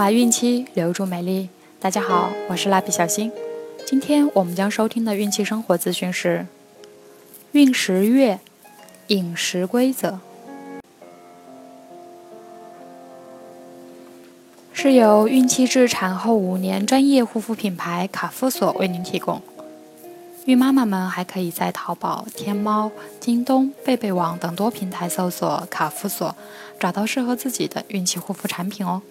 来孕期，留住美丽。大家好，我是蜡笔小新。今天我们将收听的孕期生活资讯是孕10月饮食规则，是由孕期至产后5年专业护肤品牌卡夫索为您提供。孕妈妈们还可以在淘宝、天猫、京东、贝贝网等多平台搜索卡夫索，找到适合自己的孕期护肤产品哦。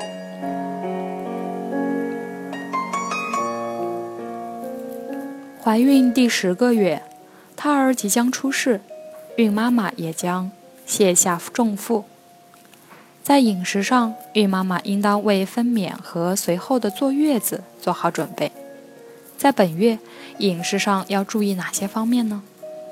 怀孕第10个月，胎儿即将出世，孕妈妈也将卸下重负。在饮食上，孕妈妈应当为分娩和随后的坐月子做好准备。在本月，饮食上要注意哪些方面呢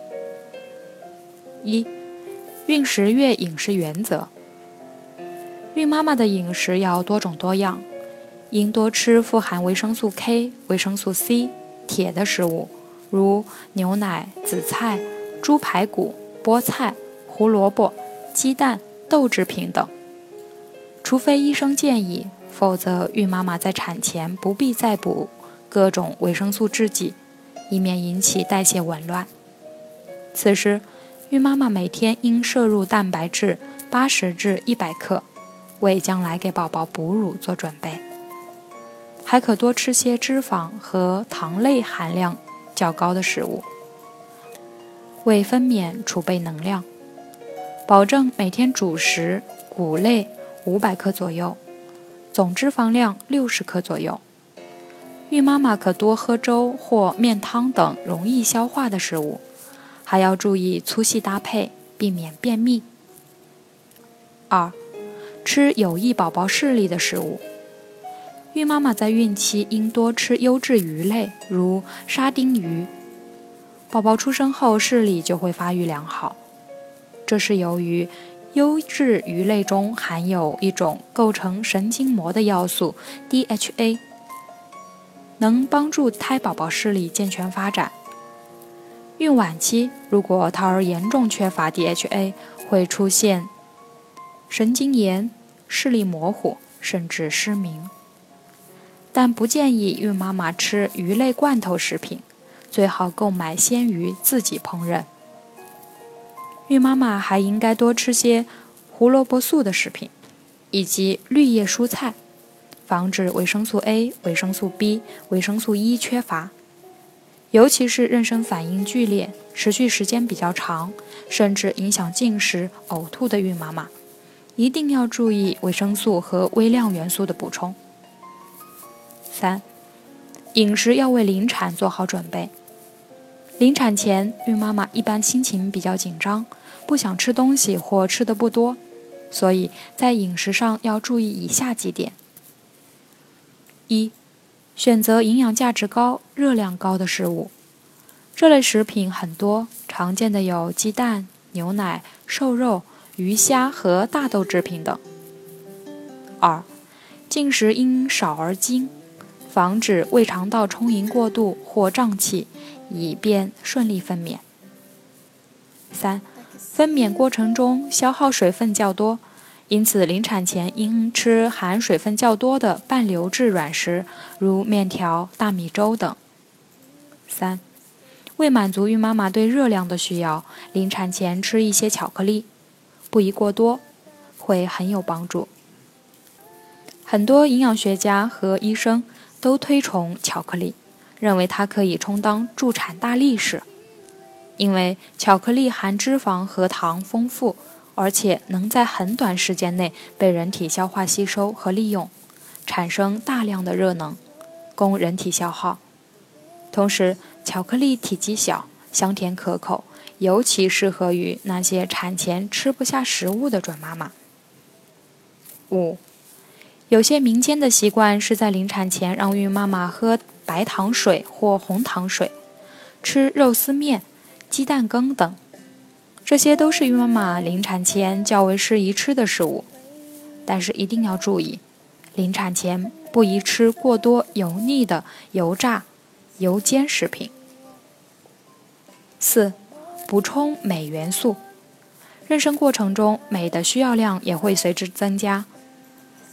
？1. 孕10月饮食原则。孕妈妈的饮食要多种多样，应多吃富含维生素 K、维生素 C、铁的食物，如牛奶、紫菜、猪排骨、菠菜、胡萝卜、鸡蛋、豆制品等。除非医生建议，否则孕妈妈在产前不必再补各种维生素制剂，以免引起代谢紊乱。此时，孕妈妈每天应摄入蛋白质80至100克，为将来给宝宝哺乳做准备。还可多吃些脂肪和糖类含量较高的食物，为分娩储备能量。保证每天主食谷类500克左右，总脂肪量60克左右。孕妈妈可多喝粥或面汤等容易消化的食物，还要注意粗细搭配，避免便秘。2. 吃有益宝宝视力的食物。孕妈妈在孕期应多吃优质鱼类，如沙丁鱼。宝宝出生后视力就会发育良好，这是由于优质鱼类中含有一种构成神经膜的要素 DHA， 能帮助胎宝宝视力健全发展。孕晚期如果胎儿严重缺乏 DHA， 会出现神经炎、视力模糊，甚至失明。但不建议孕妈妈吃鱼类罐头食品，最好购买鲜鱼自己烹饪。孕妈妈还应该多吃些胡萝卜素的食品，以及绿叶蔬菜，防止维生素 A、维生素 B、维生素 E 缺乏。尤其是妊娠反应剧烈、持续时间比较长，甚至影响进食、呕吐的孕妈妈，一定要注意维生素和微量元素的补充。3. 饮食要为临产做好准备。临产前，孕妈妈一般心情比较紧张，不想吃东西或吃得不多，所以在饮食上要注意以下几点。1. 选择营养价值高、热量高的食物。这类食品很多，常见的有鸡蛋、牛奶、瘦肉、鱼虾和大豆制品等。2. 进食应少而精，防止胃肠道充盈过度或胀气，以便顺利分娩。3. 分娩过程中消耗水分较多，因此临产前应吃含水分较多的半流质软食，如面条、大米粥等。3. 为满足孕妈妈对热量的需要，临产前吃一些巧克力，不宜过多，会很有帮助。很多营养学家和医生都推崇巧克力，认为它可以充当助产大力士，因为巧克力含脂肪和糖丰富，而且能在很短时间内被人体消化吸收和利用，产生大量的热能，供人体消耗。同时，巧克力体积小，香甜可口，尤其适合于那些产前吃不下食物的准妈妈。5. 有些民间的习惯是在临产前让孕妈妈喝白糖水或红糖水，吃肉丝面、鸡蛋羹等，这些都是孕妈妈临产前较为适宜吃的食物。但是一定要注意，临产前不宜吃过多油腻的油炸、油煎食品。4. 补充镁元素。妊娠过程中，镁的需要量也会随之增加。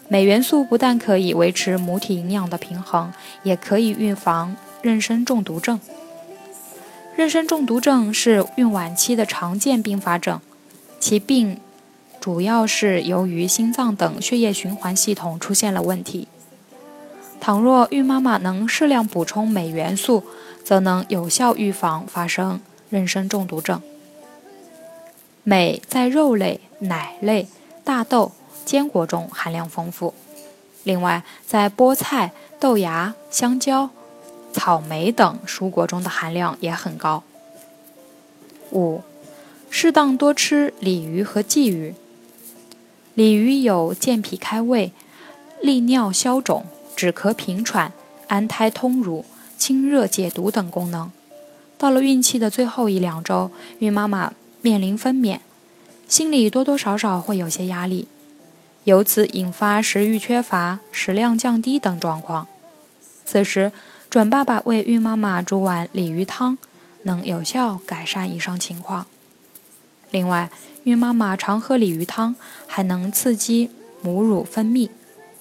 镁元素不但可以维持母体营养的平衡，也可以预防妊娠中毒症。妊娠中毒症是孕晚期的常见并发症，其病主要是由于心脏等血液循环系统出现了问题。倘若孕妈妈能适量补充镁元素，则能有效预防发生妊娠中毒症。镁在肉类、奶类、大豆、坚果中含量丰富，另外在菠菜、豆芽、香蕉、草莓等蔬果中的含量也很高。5. 适当多吃鲤鱼和鲫鱼。鲤鱼有健脾开胃、利尿消肿、止咳平喘、安胎通乳、清热解毒等功能。到了孕期的最后1-2周，孕妈妈面临分娩，心里多多少少会有些压力，由此引发食欲缺乏、食量降低等状况。此时，准爸爸为孕妈妈煮碗鲤鱼汤，能有效改善以上情况。另外，孕妈妈常喝鲤鱼汤，还能刺激母乳分泌。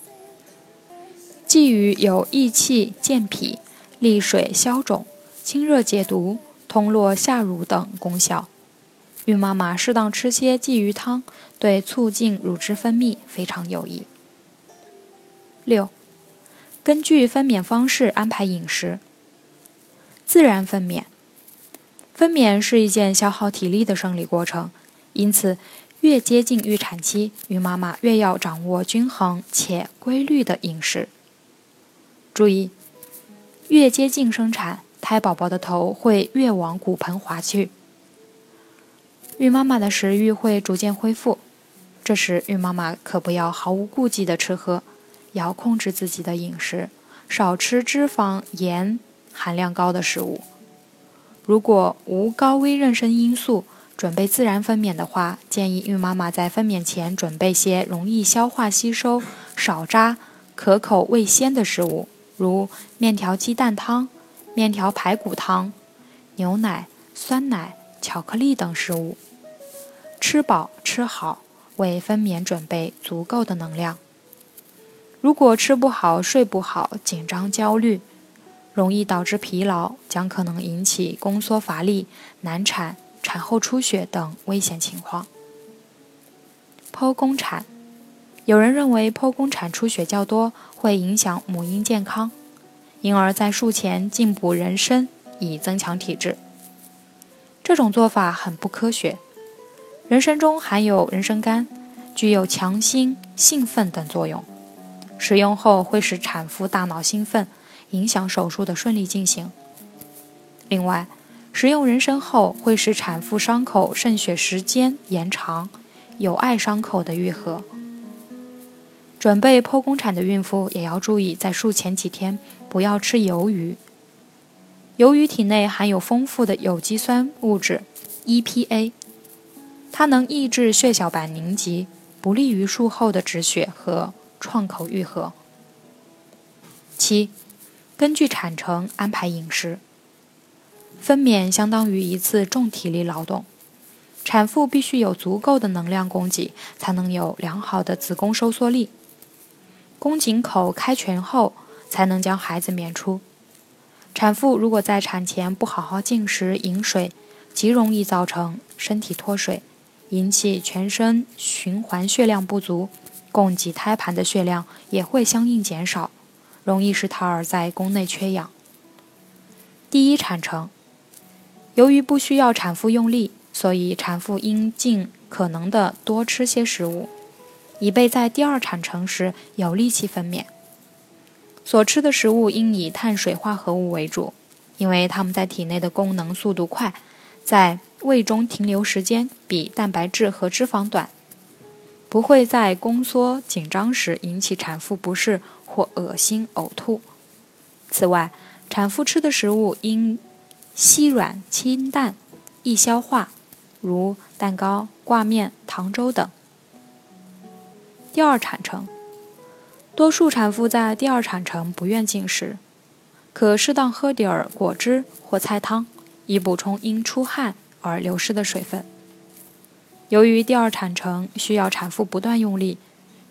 鲫鱼有益气健脾、利水消肿、清热解毒、通络下乳等功效。孕妈妈适当吃些鲫鱼汤，对促进乳汁分泌非常有益。6. 根据分娩方式安排饮食。自然分娩。分娩是一件消耗体力的生理过程，因此越接近预产期，孕妈妈越要掌握均衡且规律的饮食。注意，越接近生产，胎宝宝的头会越往骨盆滑去，孕妈妈的食欲会逐渐恢复。这时，孕妈妈可不要毫无顾忌的吃喝，要控制自己的饮食，少吃脂肪、盐含量高的食物。如果无高危妊娠因素，准备自然分娩的话，建议孕妈妈在分娩前准备些容易消化吸收、少渣、可口味鲜的食物，如面条鸡蛋汤、面条排骨汤、牛奶、酸奶、巧克力等食物。吃饱吃好，为分娩准备足够的能量。如果吃不好、睡不好、紧张焦虑，容易导致疲劳，将可能引起宫缩乏力、难产、产后出血等危险情况。剖宫产，有人认为剖宫产出血较多，会影响母婴健康，因而在术前进补人参以增强体质。这种做法很不科学。人参中含有人参苷，具有强心、兴奋等作用，使用后会使产妇大脑兴奋，影响手术的顺利进行。另外，食用人参后会使产妇伤口渗血时间延长，有碍伤口的愈合。准备剖宫产的孕妇也要注意，在术前几天不要吃鱿鱼。鱿鱼体内含有丰富的有机酸物质 EPA， 它能抑制血小板凝集，不利于术后的止血和创口愈合。7. 根据产程安排饮食。分娩相当于一次重体力劳动，产妇必须有足够的能量供给，才能有良好的子宫收缩力。宫颈口开全后，才能将孩子娩出。产妇如果在产前不好好进食饮水，极容易造成身体脱水，引起全身循环血量不足，供给胎盘的血量也会相应减少，容易使胎儿在宫内缺氧。第一产程，由于不需要产妇用力，所以产妇应尽可能的多吃些食物，以备在第二产程时有力气分娩。所吃的食物应以碳水化合物为主，因为它们在体内的功能速度快，在胃中停留时间比蛋白质和脂肪短，不会在宫缩紧张时引起产妇不适或恶心呕吐。此外，产妇吃的食物应稀软清淡，易消化，如蛋糕、挂面、糖粥等。第二产程，多数产妇在第二产程不愿进食，可适当喝点儿果汁或菜汤，以补充因出汗而流失的水分。由于第二产程需要产妇不断用力，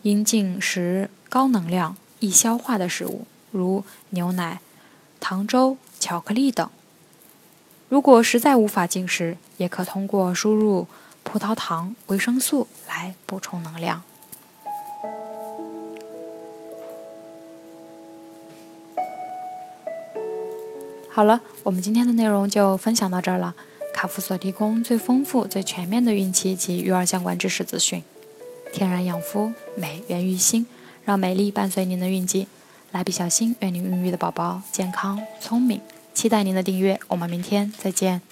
应进食高能量、易消化的食物，如牛奶、糖粥、巧克力等。如果实在无法进食，也可通过输入葡萄糖、维生素来补充能量。好了，我们今天的内容就分享到这儿了。卡夫所提供最丰富、最全面的孕期及育儿相关知识资讯。天然养肤，美源于心，让美丽伴随您的孕期。蜡笔小新愿您孕育的宝宝健康聪明，期待您的订阅。我们明天再见。